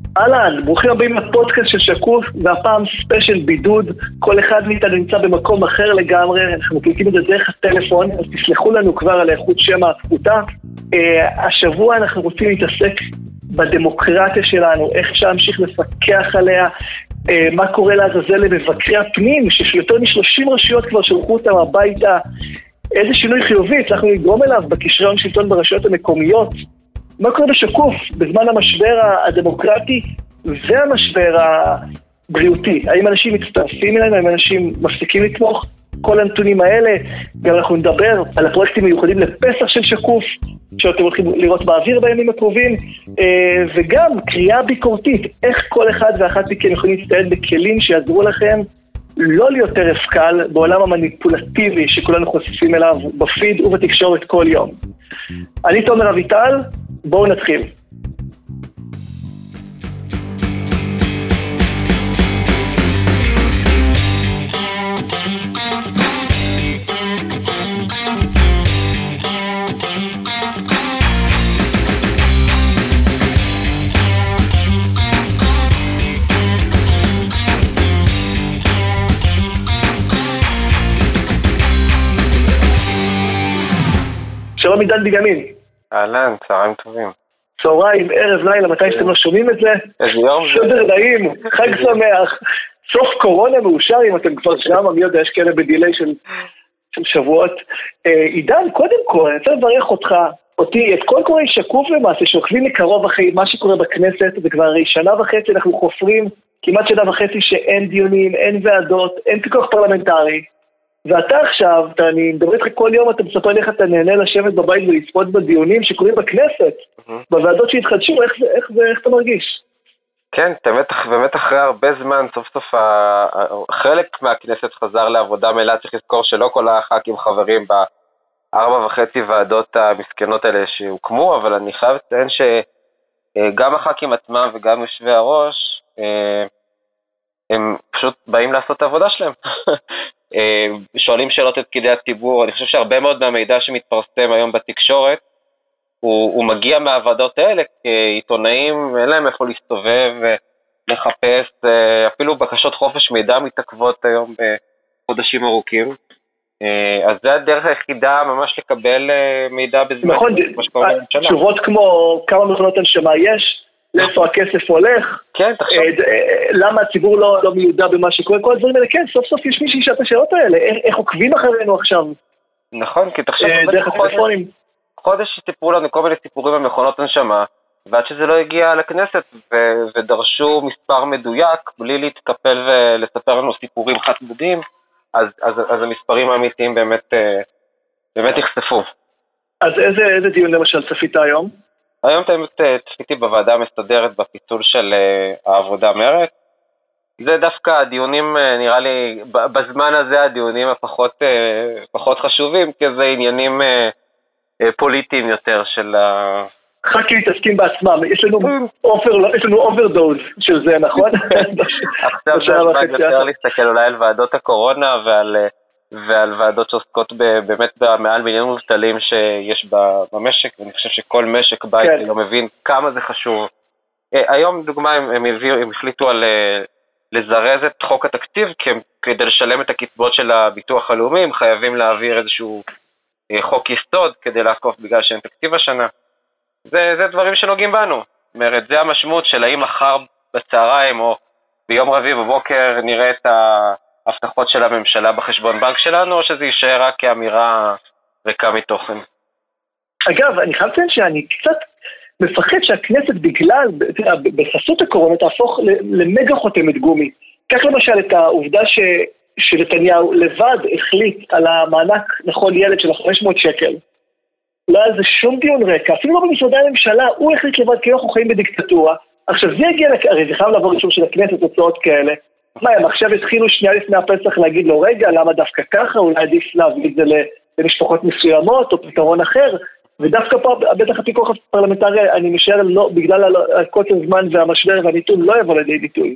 אהלן, ברוכים הבאים לפודקאסט של שקוף, והפעם ספיישל בידוד, כל אחד מאיתנו נמצא במקום אחר לגמרי, אנחנו מקליטים את זה דרך הטלפון, אז תסלחו לנו כבר על האיכות שם ההפחותה. השבוע אנחנו רוצים להתעסק בדמוקרטיה שלנו, איך אפשר להמשיך לפקח עליה, מה קורה לעזאזל למבקרי הפנים, שיותר מ-30 רשויות כבר שלחו אותם הביתה, איזה שינוי חיובי הצלחנו לגרום אליו בקשרי הון שלטון ברשויות המקומיות, מה קורה בשקוף בזמן המשבר הדמוקרטי והמשבר הבריאותי? האם אנשים מצטרפים אלינו? האם אנשים מפסיקים לתמוך? כל הנתונים האלה, גם אנחנו נדבר על הפרויקטים מיוחדים לפסח של שקוף, שאתם הולכים לראות באוויר בימים הקרובים, וגם קריאה ביקורתית, איך כל אחד ואחת מכם יכולים להצטייד בכלים שיעזרו לכם לא להיות טרף קל בעולם המניפולטיבי שכולנו חושפים אליו בפיד ובתקשורת כל יום. אני תומר אביטל, בואו נתחיל. שלום עידן בנימין. אהלן, צהריים טובים. צהריים, ערב, לילה, מתי שאתם לא שומעים את זה? איזה יום זה? שדר נעים, חג שמח, סוף קורונה מאושר, אם אתם כבר שם, מי יודע, יש כאלה בדילי של שבועות. עידן, קודם כל, אני רוצה לברך אותי, את כל קוראי שקוף למעשה, שעוקבים מקרוב אחרי מה שקורה בכנסת, וכבר הרי שנה וחצי אנחנו חופרים, כמעט שנה וחצי שאין דיונים, אין ועדות, אין פיקוח פרלמנטרי. ואתה עכשיו, אני מדבר איתך כל יום, אתה מספר לי איך אתה נהנה לשבת בבית ולצפות בדיונים שקורים בכנסת, בוועדות שהתחדשו, איך אתה מרגיש? כן, באמת אחרי הרבה זמן, סוף סוף חלק מהכנסת חזר לעבודה מלאה, צריך לזכור שלא כל הח"כים חברים ב4.5 ועדות המסכנות האלה שהוקמו, אבל אני חייב לציין שגם הח"כים עצמם וגם יושבי הראש, הם פשוט באים לעשות את העבודה שלהם. שואלים שאלות את פקידי הציבור. אני חושב שהרבה מאוד מהמידע שמתפרסם היום בתקשורת הוא מגיע מהוועדות האלה, כי עיתונאים אין להם איפה להסתובב ולחפש, אפילו בקשות חופש מידע מתעכבות היום בחודשים ארוכים, אז זה הדרך היחידה ממש לקבל מידע בזמן. נכון, תשובות כמו כמה מכונות הנשמה יש, לאיפה הכסף הולך, כן, תחשוב. למה הציבור לא מיודע במה שקורה, כל הדברים האלה, כן, סוף סוף יש מי שישאל את השאלות האלה, איך עוקבים אחרינו עכשיו? נכון, כי תחשוב, דרך הטלפונים. חודש סיפרו לנו כל מיני סיפורים במכונות הנשמה, ועד שזה לא הגיע לכנסת, ודרשו מספר מדויק, בלי להתקפל ולספר לנו סיפורים חד-צדדיים, אז המספרים האמיתיים באמת יחשפו. אז איזה דיון למשל צפית היום? היום צפיתי בוועדה המסתדרת בפיצול של העבודה מרצ. זה דווקא הדיונים, נראה לי, בזמן הזה הדיונים הפחות חשובים, כי זה עניינים פוליטיים יותר של ח"כים מתעסקים בעצמם, יש לנו אוברדוז של זה, נכון? עכשיו זה הזמן יותר להסתכל אולי על ועדות הקורונה ועל ועדות שעוסקות באמת במעל מיליון מובטלים שיש במשק, ואני חושב שכל משק בית לא מבין כמה זה חשוב. היום, דוגמה, הם החליטו על לזרז את חוק התקציב, כדי לשלם את הקצבאות של הביטוח הלאומי, הם חייבים להעביר איזשהו חוק יסוד כדי לעקוף בגלל שאין תקציב השנה. זה דברים שנוגעים בנו. זאת אומרת, זה המשמעות של האם מחר בצהריים או ביום רביעי בבוקר נראה את ההבטחות של הממשלה בחשבון בנק שלנו, או שזה יישאר רק כאמירה ריקה מתוכן. אגב, אני חייב לציין שאני קצת מפחד שהכנסת בגלל, בחסות הקורונה, תהפוך למגה חותמת גומי. כך למשל את העובדה שנתניהו לבד החליט על המענק לכל ילד של 500 שקל. לא היה זה שום דיון רקע, אפילו לא במשרדי הממשלה, הוא החליט לבד כי אנחנו חיים בדיקטטורה. עכשיו זה יגיע, הרי זה חייב לעבור אישור של הכנסת, הוצאות כאלה. מה, הם עכשיו התחילו שנייה לפני הפסח להגיד לו, רגע, למה דווקא ככה? אולי עדיף להביא את זה למשפחות מסוימות או פתרון אחר. ודווקא פה, בטח הפיקוח הפרלמנטרי, אני משער, בגלל הקוצר זמן והמשבר והניתון, לא יבוא לידי ביטוי.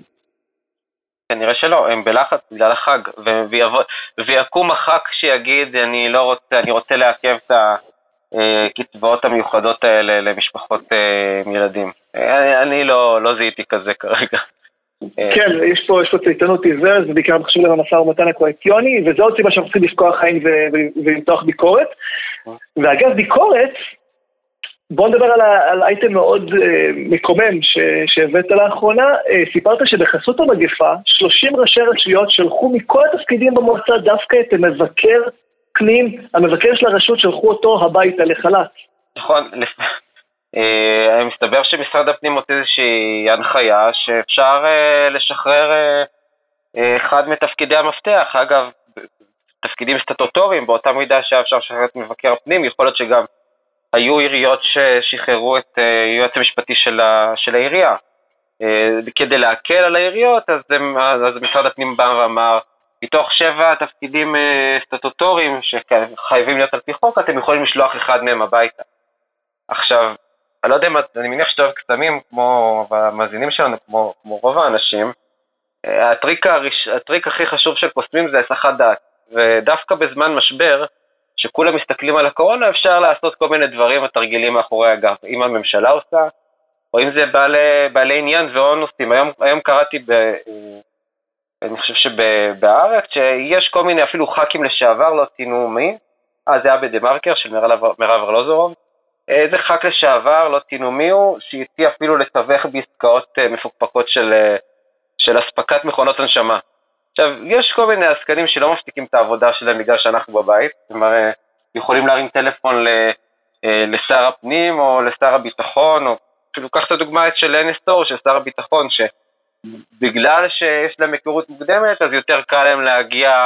כנראה שלא, הם בלחץ בגלל החג, ויקום הח"כ שיגיד, אני רוצה לעכב הקצבאות המיוחדות האלה למשפחות עם ילדים. אני לא זיהיתי כזה כרגע. כן, יש פה צייתנות עיוורת, זה בעיקר חשוב לנו המשא ומתן הקואליציוני, וזו עוד סיבה שאנחנו צריכים לפקוח עין ולמתוח ביקורת. ואגב, ביקורת, בואו נדבר על אייטם מאוד מקומם שהבאת לאחרונה. סיפרת שבחסות המגפה 30 ראשי רשויות שלחו מכל התפקידים במועצה דווקא את המבקר פנים, המבקר של הרשות שלחו אותו הביתה לחל"ת. נכון, מסתבר שמשרד הפנים מוצא איזושהי הנחיה שאפשר לשחרר אחד מתפקידי המפתח. אגב, תפקידים סטטוטוריים, באותה מידה שאפשר לשחרר את מבקר הפנים, יכול להיות שגם היו עיריות ששחררו את יועץ המשפטי של העירייה. כדי להקל על העיריות, אז משרד הפנים בא ואמר, מתוך 7 תפקידים סטטוטוריים שחייבים להיות על פי חוק, אתם יכולים לשלוח אחד מהם הביתה. עכשיו, אני לא יודע, אני מניח שאתה אוהב קסמים, כמו המאזינים שלנו, כמו רוב האנשים, הטריק הכי חשוב של קוסמים זה הסחת דעת, ודווקא בזמן משבר, שכולם מסתכלים על הקורונה, אפשר לעשות כל מיני דברים ותרגילים מאחורי הגב, אם הממשלה עושה, או אם זה בעלי עניין ואונוסים. היום קראתי אני חושב שבארץ, שיש כל מיני אפילו ח"כים לשעבר, לא ציינו מי, זה היה בדמרקר של מירב ארלוזורוב, איזה ח"כ לשעבר, לא ציינו מי הוא, שהציע אפילו לתווך בעסקאות מפוקפקות של הספקת מכונות הנשמה. עכשיו, יש כל מיני עסקנים שלא מפסיקים את העבודה שלהם בגלל שאנחנו בבית, זאת אומרת, יכולים להרים טלפון לשר הפנים או לשר הביטחון, או אפילו קח את הדוגמה של NSO, של שר הביטחון, שבגלל שיש להם היכרות מוקדמת, אז יותר קל להם להגיע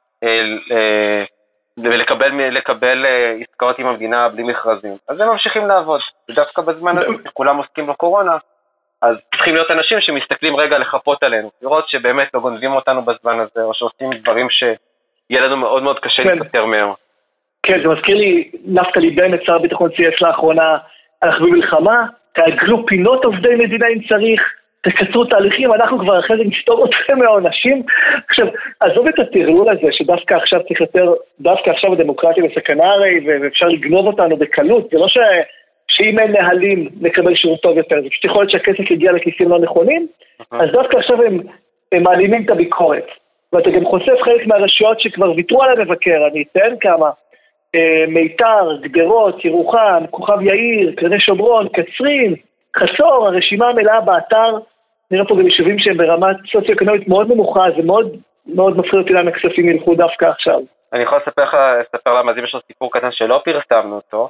ולקבל עסקאות עם המדינה בלי מכרזים. אז הם ממשיכים לעבוד, ודווקא בזמן הזה, כולם עוסקים בקורונה, אז צריכים להיות אנשים שמסתכלים רגע לחפות עלינו, לראות שבאמת לא גונבים אותנו בזמן הזה, או שעושים דברים שיהיה לנו מאוד מאוד קשה להתפטר מהם. כן, זה מזכיר לי, נפתלי בנט, שר הביטחון צייץ לאחרונה, אנחנו במלחמה, תעגלו פינות עובדי מדינה אם צריך, תקצרו תהליכים, אנחנו כבר אחרי זה נפתור אתכם מהעונשים. עכשיו, עזוב את הטרלול הזה, שדווקא עכשיו צריך יותר, דווקא עכשיו הדמוקרטיה בסכנה הרי, ואפשר לגנוב אותנו בקלות, זה לא שאם אין נהלים נקבל שירות טוב יותר, זה פשוט יכול להיות שהכסף יגיע לכיסים לא נכונים, אז דווקא עכשיו הם מעלימים את הביקורת. ואתה גם חושף חלק מהרשויות שכבר ויתרו על המבקר, אני אציין כמה, מיתר, גדרות, ירוחם, כוכב יאיר, קרני שומרון, קצרין, חצור, הרשימה המלאה באתר, נראה פה גם יישובים שהם ברמת סוציו-אקונומית מאוד נמוכה, זה מאוד מאוד מפחיד אותי להם הכספים ילכו דווקא עכשיו. אני יכול לספר למאזינים שלו סיפור קטן שלא פרסמנו אותו,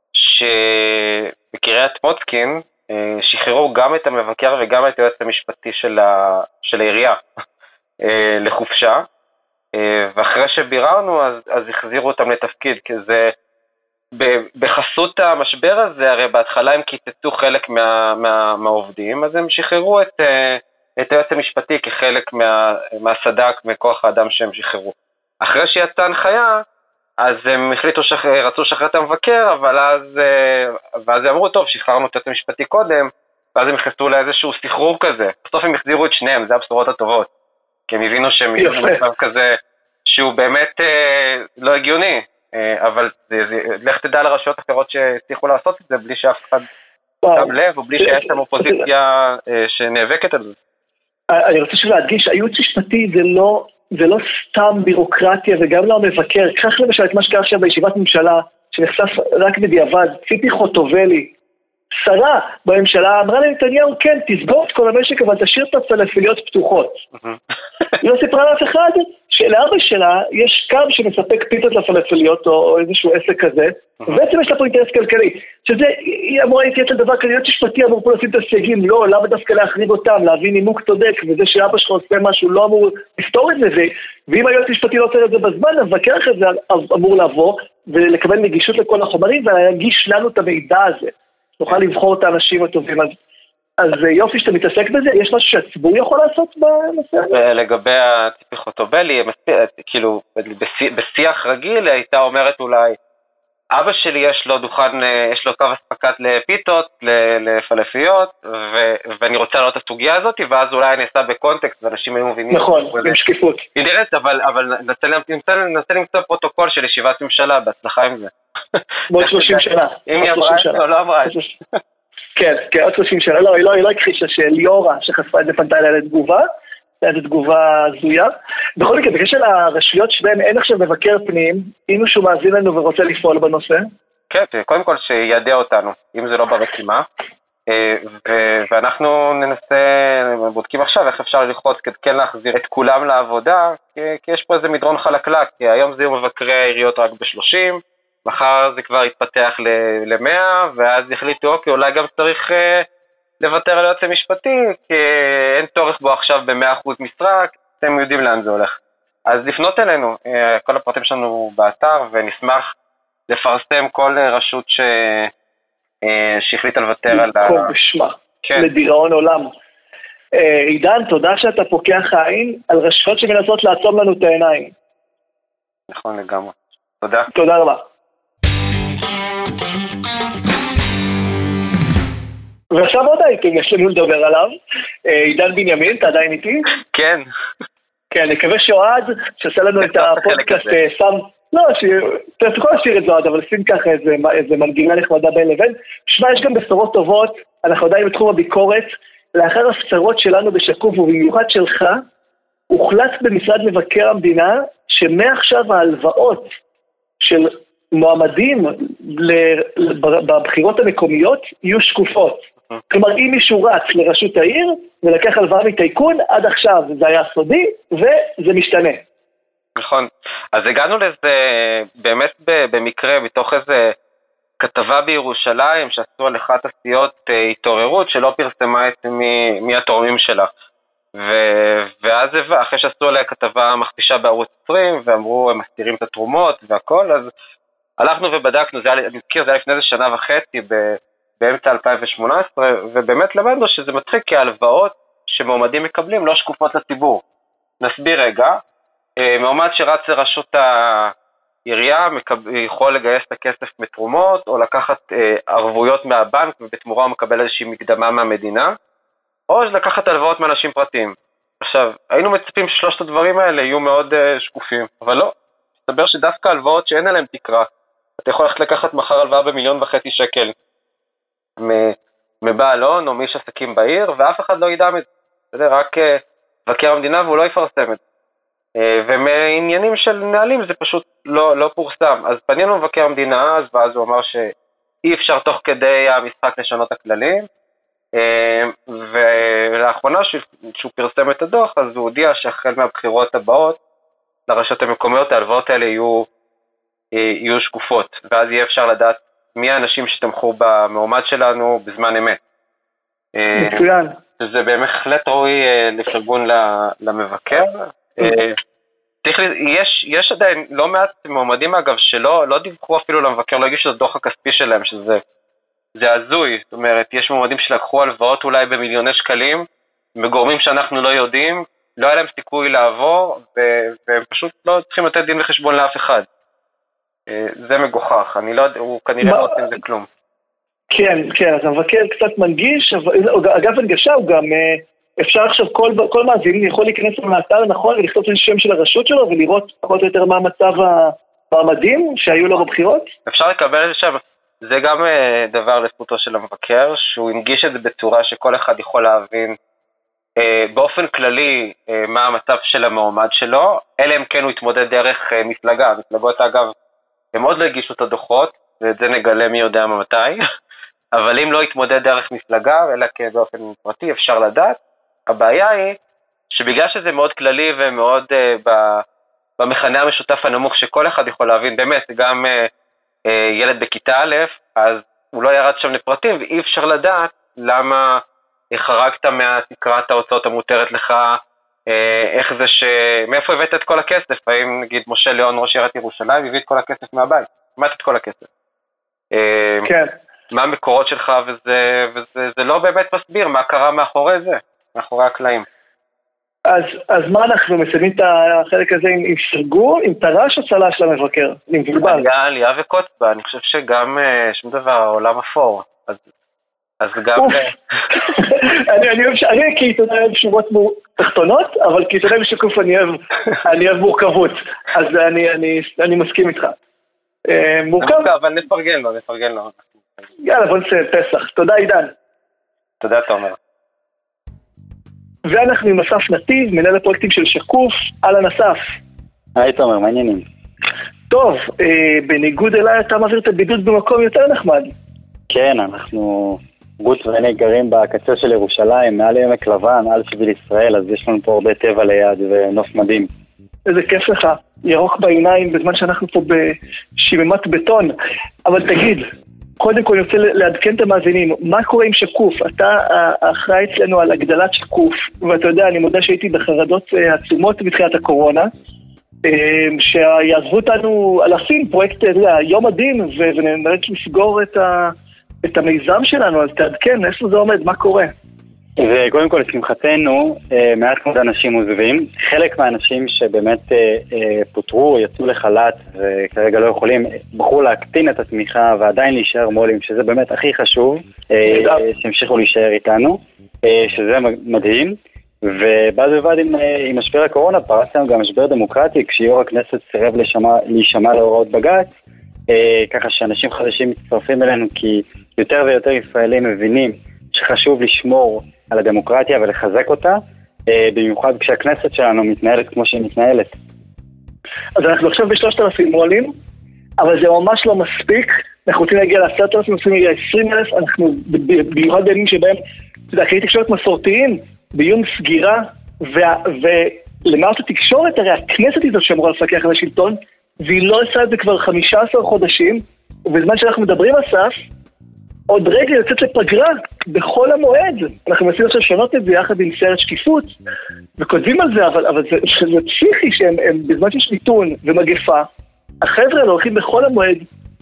שבקריית מוצקין שחררו גם את המבקר וגם את היועץ המשפטי של העירייה לחופשה, ואחרי שביררנו אז החזירו אותם לתפקיד, כי זה בחסות המשבר הזה, הרי בהתחלה הם קיצצו חלק מהעובדים, אז הם שחררו את היועץ המשפטי כחלק מהסד"כ, מכוח האדם שהם שחררו. אחרי שיצאה הנחיה, אז הם החליטו רצו לשחרר את המבקר, ואז הם אמרו, טוב, שחררנו את היועץ המשפטי קודם, ואז הם נכנסו לאיזשהו סחרור כזה. בסוף הם החזירו את שניהם, זה הבשורות הטובות. כי הם הבינו שהם הגיעו למצב כזה שהוא באמת לא הגיוני, אבל לך תדע לרשויות אחרות שהצליחו לעשות את זה בלי שאף אחד שם לב, או בלי שיש שם אופוזיציה שנאבקת על זה. אני רוצה להדגיש, הייעוץ משפטי זה לא סתם בירוקרטיה וגם לא המבקר. כך למשל את מה שקרה עכשיו בישיבת ממשלה, שנחשף רק בדיעבד, ציפי חוטובלי, שרה בממשלה, אמרה לנתניהו, כן, תסגור את כל המשק, אבל תשאיר את הפלאפליות פתוחות. היא לא סיפרה לאף אחד שלאבא שלה יש קו שמספק פיתות לפלאפליות או איזשהו עסק כזה, ובעצם יש לה פה אינטרס כלכלי. שזה, היא אמורה להתייעץ על דבר כזה, להיות משפטי אמור פה לשים את הסייגים, לא, למה דווקא להחריב אותם, להביא נימוק צודק, וזה שאבא שלך עושה משהו לא אמור לפתור את זה, ואם היועץ משפטי לא עושה את זה בזמן, המבקר אחרי זה אמור לבוא ולקבל נגישות לכל החומרים ולהגיש לנו את המידע הזה. נוכל לבחור את האנשים הטובים. אז יופי שאתה מתעסק בזה, יש משהו שהציבור יכול לעשות בנושא הזה? לגבי ציפי חוטובלי, כאילו, בשיח רגיל הייתה אומרת אולי, אבא שלי יש לו דוכן, יש לו קו אספקת לפיתות, לפלאפיות, ואני רוצה לראות את הסוגיה הזאת, ואז אולי אני אעשה בקונטקסט, ואנשים היו מבינים. נכון, עם שקיפות. היא נראית, אבל ננסה למצוא פרוטוקול של ישיבת ממשלה, בהצלחה עם זה. בעוד 30 שנה. אם היא אמרה את זה או לא אמרה את זה. כן, עוד 30 שנה. לא, היא לא הכחישה שליאורה שחשפה את זה פנתה אליה לתגובה, איזו תגובה הזויה. בכל מקרה, בקשר לרשויות שבהן אין עכשיו מבקר פנים, אם מישהו מאזין לנו ורוצה לפעול בנושא. כן, קודם כל שידע אותנו, אם זה לא ברשימה. ואנחנו בודקים עכשיו איך אפשר ללחוץ כדי כן להחזיר את כולם לעבודה, כי יש פה איזה מדרון חלקלק, כי היום זה יהיו מבקרי העיריות רק ב-30, מחר זה כבר יתפתח ל-100, ואז יחליטו, אוקיי, אולי גם צריך לוותר על היועץ המשפטי, כי אין צורך בו עכשיו ב-100% משרה, אתם יודעים לאן זה הולך. אז לפנות אלינו, כל הפרטים שלנו באתר, ונשמח לפרסם כל רשות שהחליטה לוותר על כה בשמה, לדיראון עולם. עידן, תודה שאתה פוקח העין על רשויות שמנסות לעצום לנו את העיניים. נכון לגמרי. תודה. תודה רבה. ועכשיו עוד אייטם יש לנו לדבר עליו. עידן בנימין, אתה עדיין איתי? כן. כן, נקווה שאוהד, שעשה לנו את הפודקאסט, שם... לא, אתה יכול להשאיר את זה עוד, אבל שים ככה איזה מנגינה נחמדה בין לבין. שמע, יש גם בשורות טובות, אנחנו עדיין בתחום הביקורת, לאחר הפצרות שלנו בשקוף ובמיוחד שלך, הוחלט במשרד מבקר המדינה, שמעכשיו ההלוואות של מועמדים בבחירות המקומיות יהיו שקופות. כלומר, אם מישהו רץ לרשות העיר ולקח הלוואה מטייקון, עד עכשיו זה היה סודי, וזה משתנה. נכון. אז הגענו לזה באמת במקרה, מתוך איזה כתבה בירושלים שעשו על אחת הסיעות התעוררות שלא פרסמה את מי התורמים שלה. ואז אחרי שעשו עליה כתבה מכפישה בערוץ 20 ואמרו הם מסתירים את התרומות והכל, אז הלכנו ובדקנו, אני מזכיר, זה היה לפני איזה שנה וחצי באמצע 2018, ובאמת למדנו שזה מצחיק כי ההלוואות שמועמדים מקבלים לא שקופות לציבור. נסביר רגע, מועמד שרץ לרשות העירייה יכול לגייס את הכסף מתרומות או לקחת ערבויות מהבנק ובתמורה הוא מקבל איזושהי מקדמה מהמדינה, או לקחת הלוואות מאנשים פרטיים. עכשיו, היינו מצפים ששלושת הדברים האלה יהיו מאוד שקופים, אבל לא. מסתבר שדווקא הלוואות שאין עליהן תקרה, אתה יכול לקחת מחר הלוואה ב1.5 מיליון שקל מבעל הון או מאיש עסקים בעיר, ואף אחד לא ידע מזה, רק מבקר המדינה והוא לא יפרסם את זה. ומעניינים של נהלים זה פשוט לא פורסם. אז פנינו מבקר המדינה אז, ואז הוא אמר שאי אפשר תוך כדי המשחק לשנות הכללים, ולאחרונה שהוא פרסם את הדוח, אז הוא הודיע שהחל מהבחירות הבאות לרשויות המקומיות ההלוואות האלה יהיו שקופות, ואז יהיה אפשר לדעת מי האנשים שתמכו במועמד שלנו בזמן אמת. מצוין. זה בהחלט ראוי לפרגון למבקר. יש עדיין לא מעט מועמדים אגב שלא דיווחו אפילו למבקר, לא הגישו את הדוח הכספי שלהם, שזה הזוי. זאת אומרת, יש מועמדים שלקחו הלוואות אולי במיליוני שקלים, בגורמים שאנחנו לא יודעים, לא היה להם סיכוי לעבור, והם פשוט לא צריכים לתת דין וחשבון לאף אחד. זה מגוחך, הוא כנראה לא עושה עם זה כלום. כן, אז המבקר קצת מנגיש, אגב הנגשה הוא גם, אפשר עכשיו כל מאזין יכול להיכנס לאתר נכון ולכתוב את השם של הרשות שלו ולראות פחות או יותר מה מצב המעמדים שהיו לו בבחירות? אפשר לקבל את זה שם, זה גם דבר לזכותו של המבקר, שהוא הנגיש את זה בצורה שכל אחד יכול להבין באופן כללי מה המצב של המועמד שלו, אלא אם כן הוא יתמודד דרך מפלגה. מפלגות אגב, הם עוד לא הגישו את הדוחות, ואת זה נגלה מי יודע מתי, אבל אם לא יתמודד דרך מפלגה, אלא באופן פרטי, אפשר לדעת. הבעיה היא שבגלל שזה מאוד כללי ומאוד במכנה המשותף הנמוך שכל אחד יכול להבין, באמת, גם ילד בכיתה א', אז הוא לא ירד שם לפרטים, ואי אפשר לדעת למה חרגת מהתקרת ההוצאות המותרת לך, איך זה מאיפה הבאת את כל הכסף? האם נגיד משה ליאון ראש עיריית ירושלים הביא את כל הכסף מהבית? מה את כל הכסף? כן. מה המקורות שלך, וזה לא באמת מסביר מה קרה מאחורי זה, מאחורי הקלעים. אז מה אנחנו מסיימים את החלק הזה עם פרגון, עם טרש או צל"ש למבקר? עם בלבל? עלייה וקוץ, אני חושב שגם שום דבר, העולם אפור. אז גם... אני כעיתונאי אוהב שורות תחתונות, אבל כעיתונאי בשקוף אני אוהב מורכבות. אז אני מסכים איתך. מורכב. אבל נפרגן לו. יאללה, בוא נצא פסח. תודה עידן. תודה תומר. ואנחנו עם אסף נתיב, מנהל הפרויקטים של שקוף. אהלן אסף. היי תומר, מה העניינים? טוב, בניגוד אליי אתה מעביר את הבידוד במקום יותר נחמד. כן, אנחנו רות ואני גרים בקצה של ירושלים, מעל עמק לבן, על שביל ישראל, אז יש לנו פה הרבה טבע ליד ונוף מדהים. איזה כיף לך, ירוק בעיניים בזמן שאנחנו פה בשמימת בטון. אבל תגיד, קודם כל אני רוצה לעדכן את המאזינים, מה קורה עם שקוף? אתה אחראי אצלנו על הגדלת שקוף, ואתה יודע, אני מודה שהייתי בחרדות עצומות בתחילת הקורונה, שיעזבו אותנו אלפים, פרויקט יום הדין, ונראה לסגור את המיזם שלנו, אז תעדכן, איפה זה עומד, מה קורה? וקודם כל, לשמחתנו, מעט מאוד אנשים עוזבים. חלק מהאנשים שבאמת פוטרו, יצאו לחל"ת וכרגע לא יכולים, בחרו להקטין את התמיכה ועדיין להישאר מולים, שזה באמת הכי חשוב, שהמשיכו להישאר איתנו, שזה מדהים. ובד בבד עם משבר הקורונה פרץ לנו גם משבר דמוקרטי, כשיו"ר הכנסת סירב להישמע להוראות בג"ץ, ככה שאנשים חדשים מצטרפים אלינו, כי יותר ויותר ישראלים מבינים שחשוב לשמור על הדמוקרטיה ולחזק אותה, במיוחד כשהכנסת שלנו מתנהלת כמו שהיא מתנהלת. אז אנחנו עכשיו ב3,000 מועלים, אבל זה ממש לא מספיק. אנחנו רוצים להגיע ל10,000, רוצים להגיע ל20,000, אנחנו במיוחד בימים שבהם, אתה יודע, כלי תקשורת מסורתיים, ביום סגירה, ולמעט התקשורת, הרי הכנסת היא זאת שאמורה לפקח על השלטון, והיא לא עושה את זה כבר 15 חודשים, ובזמן שאנחנו מדברים אסף, עוד רגע יוצאת לפגרה בכל המועד. אנחנו מנסים עכשיו לשנות את זה יחד עם סרט שקיפות, וכותבים על זה, אבל זה פסיכי שהם בזמן שיש מיתון ומגפה, החבר'ה לא הולכים בכל המועד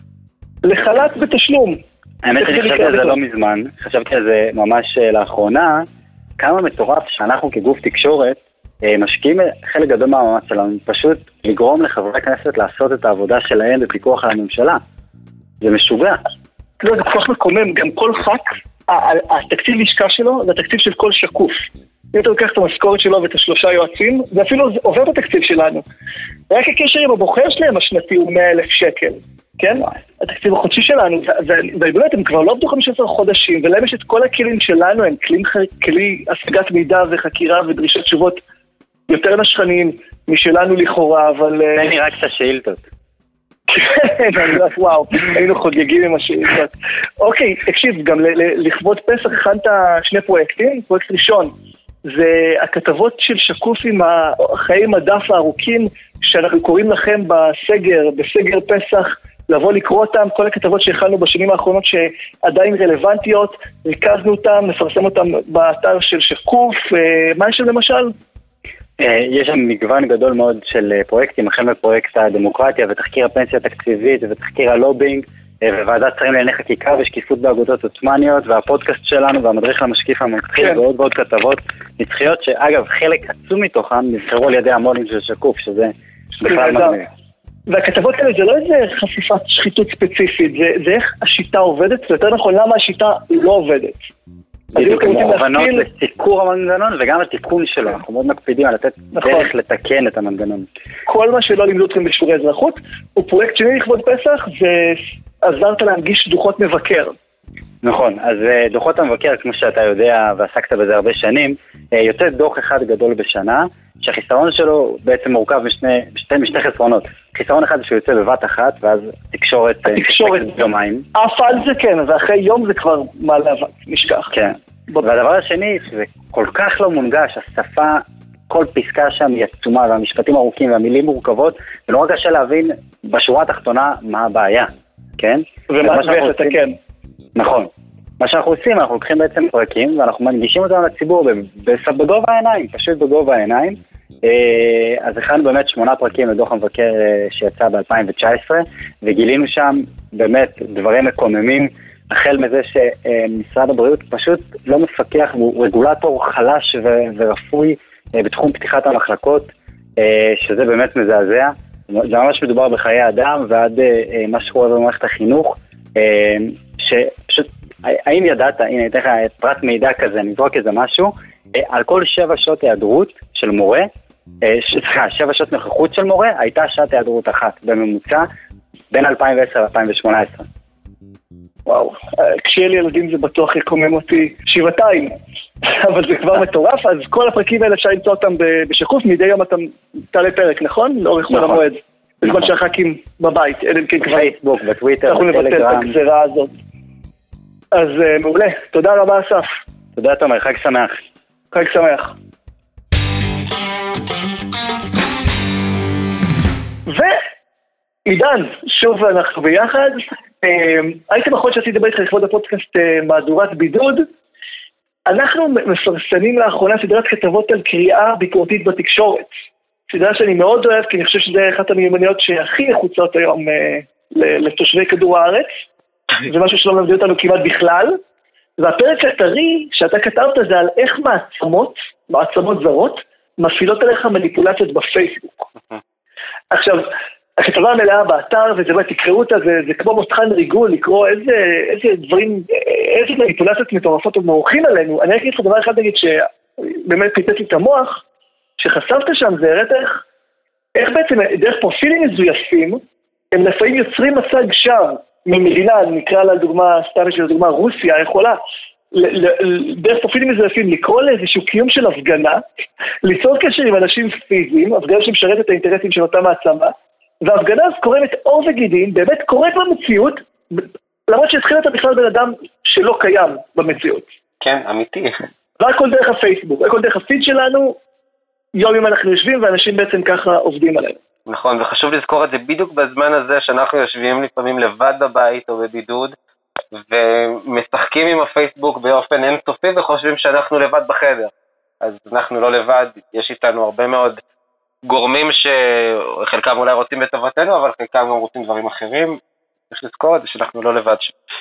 לחל"ת בתשלום. האמת, אני חשבתי על זה לא מזמן, חשבתי על זה ממש לאחרונה, כמה מטורף שאנחנו כגוף תקשורת משקיעים חלק גדול מהמאמץ שלנו, פשוט לגרום לחברי הכנסת לעשות את העבודה שלהם בפיקוח על הממשלה. זה משוגע. זה כל מקומם, גם כל ח"כ, התקציב לשכה שלו זה התקציב של כל שקוף. אם אתה לוקח את המשכורת שלו ואת 3 יועצים, זה אפילו עובר בתקציב שלנו. רק הקשר עם הבוחר שלהם השנתי הוא 100,000 שקל. כן? התקציב החודשי שלנו, ובאמת הם כבר לא עבדו 15 חודשים, ולהם יש את כל הכלים שלנו, הם כלי השגת מידע וחקירה ודרישת תשובות יותר נשכניים משלנו לכאורה, אבל... זה נראה קצת שאילתות. כן, וואו, היינו חוגגים עם השאילתות. אוקיי, תקשיב, גם לכבוד פסח הכנת 2 פרויקטים. פרויקט ראשון, זה הכתבות של שקוף עם חיי מדף הארוכים, שאנחנו קוראים לכם בסגר פסח, לבוא לקרוא אותם, כל הכתבות שהכנו בשנים האחרונות שעדיין רלוונטיות, ריכזנו אותם, נפרסם אותם באתר של שקוף. מה יש למשל? יש שם מגוון גדול מאוד של פרויקטים, החל מפרויקט הדמוקרטיה ותחקיר הפנסיה התקציבית ותחקיר הלובינג וועדת שרים לענייני חקיקה ושקיפות באגודות עות'מאניות והפודקאסט שלנו והמדריך למשקיף המתחיל ועוד ועוד כתבות נצחיות שאגב חלק עצום מתוכם נבחרו על ידי המו"לים של שקוף, שזה בכלל מגניב. והכתבות האלה זה לא איזה חשיפת שחיתות ספציפית, זה איך השיטה עובדת, ויותר נכון למה השיטה לא עובדת. בדיוק, מוכוונות לסיקור המנגנון וגם לתיקון שלו, אנחנו מאוד מקפידים על לתת דרך לתקן את המנגנון. כל מה שלא לימדו אתכם בשיעורי אזרחות, הוא פרויקט שני לכבוד פסח, ועזרת להנגיש דוחות מבקר. נכון, אז דוחות המבקר, כמו שאתה יודע ועסקת בזה הרבה שנים, יוצא דוח אחד גדול בשנה, שהחיסרון שלו בעצם מורכב משתי חסרונות. חיסרון אחד שהוא יוצא בבת אחת, ואז תקשורת יומיים. אף על זה כן, ואחרי יום זה כבר מעלה נשכח. כן. והדבר השני, שזה כל כך לא מונגש, השפה, כל פסקה שם היא עצומה, והמשפטים ארוכים והמילים מורכבות, ולא רק קשה להבין בשורה התחתונה מה הבעיה, כן? ומה צריך לתקן. נכון. מה שאנחנו עושים, אנחנו לוקחים בעצם פרקים, ואנחנו מנגישים אותם לציבור בגובה העיניים, פשוט בגובה העיניים. אז הכנו באמת 8 פרקים לדוח המבקר שיצא ב-2019, וגילינו שם באמת דברים מקוממים, החל מזה שמשרד הבריאות פשוט לא מפקח, הוא רגולטור חלש ורפוי בתחום פתיחת המחלקות, שזה באמת מזעזע. זה ממש מדובר בחיי אדם, ועד מה שקורה במערכת החינוך, שפשוט, האם ידעת, הנה, אתן לך פרט מידע כזה, נזרוק איזה משהו, על כל 7 שעות היעדרות של מורה, 7 שעות נוכחות של מורה, הייתה שעת היעדרות אחת בממוצע, בין 2010 ל-2018. וואו, כשיהיה לי ילדים זה בטוח יקומם אותי שבעתיים, אבל זה כבר מטורף, אז כל הפרקים האלה אפשר למצוא אותם בשקוף, מדי יום אתה תעלה פרק, נכון? לאורך כל המועד. בזמן שהח"כים בבית, אלא אם כן כבר... בפייסבוק, בטוויטר, אנחנו נבטל את הגזירה הזאת. אז מעולה, תודה רבה אסף. תודה תומר, חג שמח. חג שמח. ועידן, שוב אנחנו ביחד. הייתם נכון שעשיתי לדבר איתך לכבוד הפודקאסט מהדורת בידוד. אנחנו מפרסמים לאחרונה סדרת כתבות על קריאה ביקורתית בתקשורת. סדרה שאני מאוד אוהב, כי אני חושב שזה אחת המיומנויות שהכי נחוצות היום לתושבי כדור הארץ. זה משהו שלא מביא אותנו כמעט בכלל. והפרק הטרי שאתה כתבת זה על איך מעצמות זרות, מפעילות עליך מניפולציות בפייסבוק. עכשיו, הכתבה המלאה באתר, וזה מה, תקראו אותה, זה כמו מותחן ריגול, לקרוא איזה דברים, איזה מניפולציות מטורפות ומעורכים עלינו. אני אגיד לך דבר אחד, נגיד, שבאמת פיתת לי את המוח, שחשפת שם זה הראית איך בעצם, דרך פרופילים מזויפים, הם לפעמים יוצרים מצג שווא ממדינה, נקרא לה דוגמה, סתם יש לדוגמה, רוסיה, יכולה, דרך פרופילים מזויפים, לקרוא לאיזשהו קיום של הפגנה, ליצור קשר עם אנשים פיזיים, הפגנה שמשרת את האינטרסים של אותה מעצמה, וההפגנה אז קורמת עור וגידים, באמת קורית במציאות, למרות שהתחיל אותה בכלל בן אדם שלא קיים במציאות. כן, אמיתי. והכל דרך הפייסבוק, הכל דרך הפיד שלנו, יום אנחנו יושבים ואנשים בעצם ככה עובדים עלינו. נכון, וחשוב לזכור את זה בדיוק בזמן הזה שאנחנו יושבים לפעמים לבד בבית או בבידוד, ומשחקים עם הפייסבוק באופן אינסופי וחושבים שאנחנו לבד בחדר. אז אנחנו לא לבד, יש איתנו הרבה מאוד גורמים שחלקם אולי רוצים בטובתנו, אבל חלקם גם רוצים דברים אחרים. צריך לזכור את זה שאנחנו לא לבד.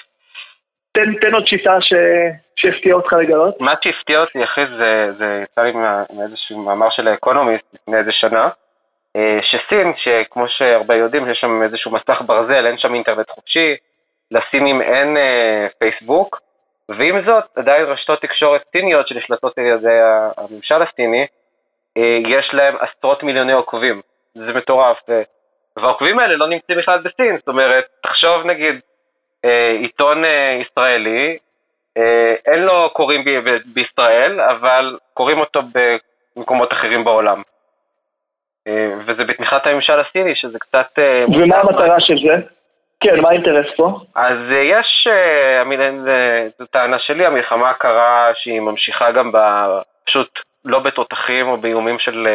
תן עוד שיטה שהפתיע אותך לגלות. מה שהפתיע אותי, אחי, זה יצא לי מאיזשהו מאמר של האקונומיסט לפני איזה שנה, שסין, שכמו שהרבה יודעים, יש שם איזשהו מסך ברזל, אין שם אינטרנט חופשי, לסינים אין פייסבוק, ועם זאת, עדיין רשתות תקשורת סיניות שנשלטות על ידי הממשל הסיני, יש להם עשרות מיליוני עוקבים. זה מטורף. והעוקבים האלה לא נמצאים בכלל בסין. זאת אומרת, תחשוב נגיד, עיתון ישראלי, אין לו קוראים בישראל, אבל קוראים אותו במקומות אחרים בעולם. וזה בתמיכת הממשל הסיני, שזה קצת... ומה המטרה של זה? כן, מה האינטרס פה? אז יש, זו טענה שלי, המלחמה הקרה שהיא ממשיכה גם פשוט לא בתותחים או באיומים של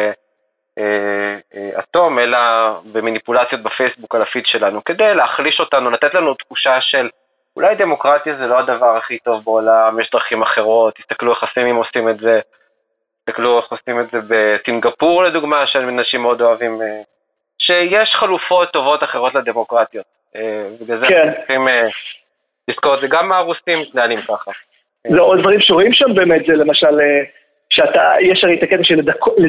אטום, אלא במניפולציות בפייסבוק על הפיד שלנו, כדי להחליש אותנו, לתת לנו תחושה של אולי דמוקרטיה זה לא הדבר הכי טוב בעולם, יש דרכים אחרות, תסתכלו איך הסינים עושים את זה, תסתכלו איך עושים את זה בסינגפור לדוגמה, שאנשים מאוד אוהבים, שיש חלופות טובות אחרות לדמוקרטיות. ובגלל זה אנחנו צריכים לזכור את זה, גם הרוסים מתנהלים ככה. זה עוד דברים שרואים שם באמת, זה למשל, יש הרי את הקטע של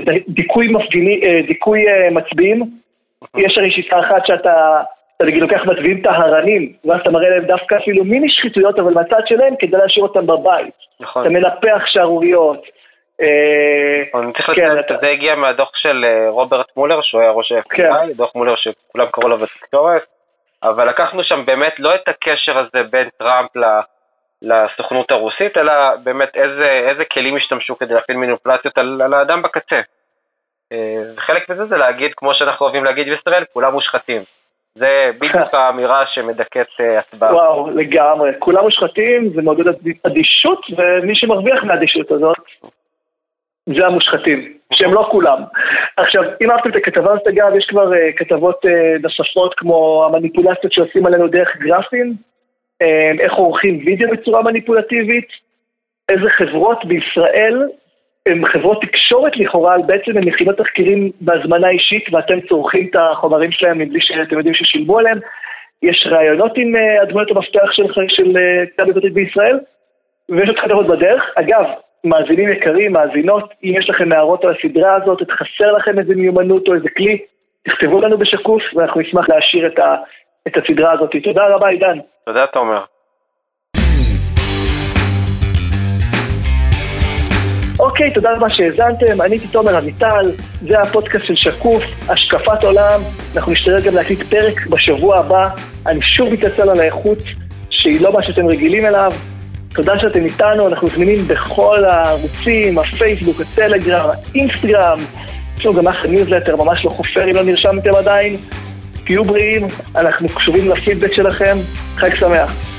דיכוי מצביעים, יש הרי שיטה אחת שאתה נגיד לוקח מצביעים טהרנים, ואז אתה מראה להם דווקא אפילו מיני שחיתויות, אבל מהצד שלהם כדי להשאיר אותם בבית. אתה מנפח שערוריות. אני צריך לתת, זה הגיע מהדוח של רוברט מולר, שהוא היה ראש ה-FBI, דוח מולר שכולם קראו לו בתקשורת, אבל לקחנו שם באמת לא את הקשר הזה בין טראמפ לסוכנות הרוסית, אלא באמת איזה כלים השתמשו כדי להפעיל מניפולציות על האדם בקצה. וחלק מזה זה להגיד, כמו שאנחנו אוהבים להגיד בישראל, כולם מושחתים. זה בדיוק האמירה שמדכאת הצבעה. וואו, לגמרי. כולם מושחתים, זה מעודד אדישות, ומי שמרוויח מהאדישות הזאת, זה המושחתים, שהם לא כולם. עכשיו, אם אהבתם את הכתבה הזאת, אגב, יש כבר כתבות נוספות כמו המניפולציות שעושים עלינו דרך גרפים, איך עורכים וידאו בצורה מניפולטיבית, איזה חברות בישראל, הן חברות תקשורת לכאורה, בעצם הן מכינות תחקירים בהזמנה אישית, ואתם צורכים את החומרים שלהם מבלי שאתם יודעים ששילמו עליהם. יש רעיונות עם הדמויות המפתח של כתב בידודית בישראל, ויש עוד כתבות בדרך. אגב, מאזינים יקרים, מאזינות, אם יש לכם הערות על הסדרה הזאת, חסר לכם איזה מיומנות או איזה כלי, תכתבו לנו בשקוף, ואנחנו נשמח להשאיר את הסדרה הזאת. תודה רבה, עידן. תודה, תומר. אוקיי, תודה רבה שהאזנתם, אני תומר אביטל, זה הפודקאסט של שקוף, השקפת עולם, אנחנו נשתדל גם להקליט פרק בשבוע הבא, אני שוב מתנצל על האיכות שהיא לא מה שאתם רגילים אליו, תודה שאתם איתנו, אנחנו זמינים בכל הערוצים, הפייסבוק, הטלגרם, האינסטגרם, יש לנו גם אחרי ניוזלטר, ממש לא חופר אם לא נרשמתם עדיין, תהיו בריאים, אנחנו קשובים לפידבק שלכם, חג שמח.